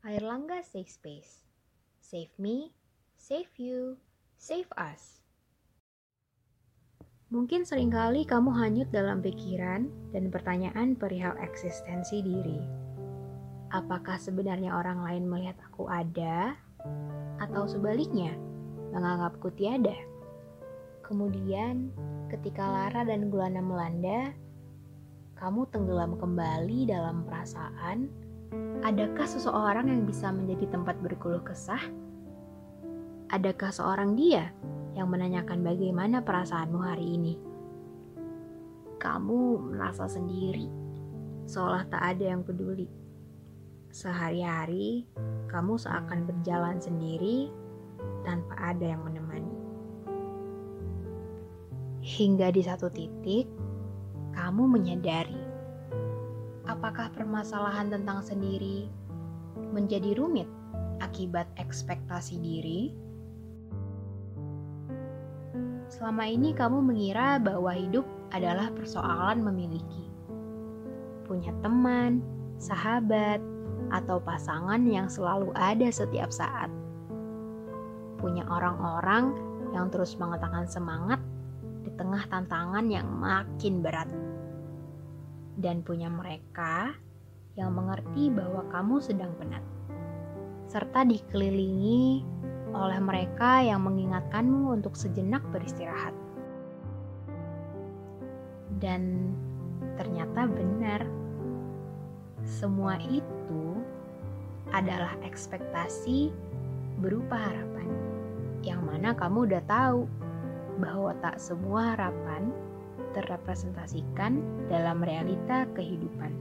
Airlangga Safe Space. Save me, save you, save us. Mungkin seringkali kamu hanyut dalam pikiran dan pertanyaan perihal eksistensi diri. Apakah sebenarnya orang lain melihat aku ada? Atau sebaliknya, menganggapku tiada? Kemudian, ketika lara dan gulana melanda, kamu tenggelam kembali dalam perasaan. Adakah seseorang yang bisa menjadi tempat berkeluh kesah? Adakah seorang dia yang menanyakan bagaimana perasaanmu hari ini? Kamu merasa sendiri, seolah tak ada yang peduli. Sehari-hari, kamu seakan berjalan sendiri tanpa ada yang menemani. Hingga di satu titik, kamu menyadari apakah permasalahan tentang sendiri menjadi rumit akibat ekspektasi diri? Selama ini kamu mengira bahwa hidup adalah persoalan memiliki. Punya teman, sahabat, atau pasangan yang selalu ada setiap saat. Punya orang-orang yang terus mengatakan semangat di tengah tantangan yang makin berat. Dan punya mereka yang mengerti bahwa kamu sedang penat, serta dikelilingi oleh mereka yang mengingatkanmu untuk sejenak beristirahat. Dan ternyata benar, semua itu adalah ekspektasi berupa harapan, yang mana kamu udah tahu bahwa tak semua harapan terrepresentasikan dalam realita kehidupan.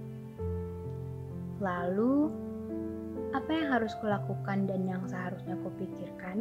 Lalu, apa yang harus kulakukan dan yang seharusnya kupikirkan?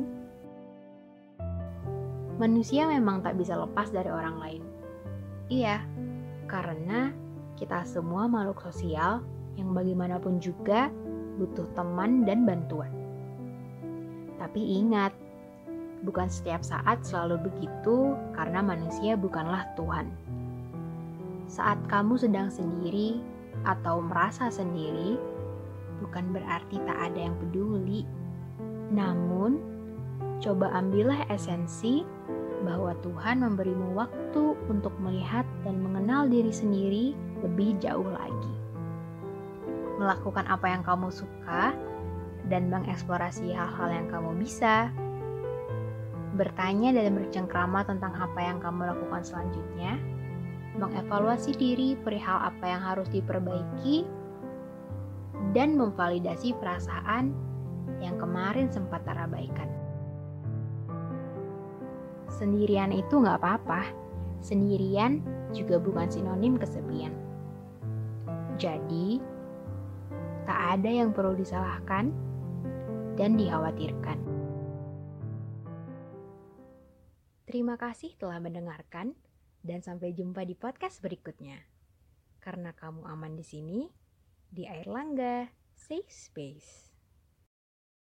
Manusia memang tak bisa lepas dari orang lain. Iya, karena kita semua makhluk sosial yang bagaimanapun juga butuh teman dan bantuan. Tapi ingat, bukan setiap saat selalu begitu karena manusia bukanlah Tuhan. Saat kamu sedang sendiri atau merasa sendiri, bukan berarti tak ada yang peduli. Namun, coba ambillah esensi bahwa Tuhan memberimu waktu untuk melihat dan mengenal diri sendiri lebih jauh lagi. Melakukan apa yang kamu suka dan mengeksplorasi hal-hal yang kamu bisa. Bertanya dan bercengkrama tentang apa yang kamu lakukan selanjutnya, mengevaluasi diri perihal apa yang harus diperbaiki, dan memvalidasi perasaan yang kemarin sempat terabaikan. Sendirian itu gak apa-apa, sendirian juga bukan sinonim kesepian. Jadi, tak ada yang perlu disalahkan dan dikhawatirkan. Terima kasih telah mendengarkan dan sampai jumpa di podcast berikutnya. Karena kamu aman di sini, di Airlangga Safe Space.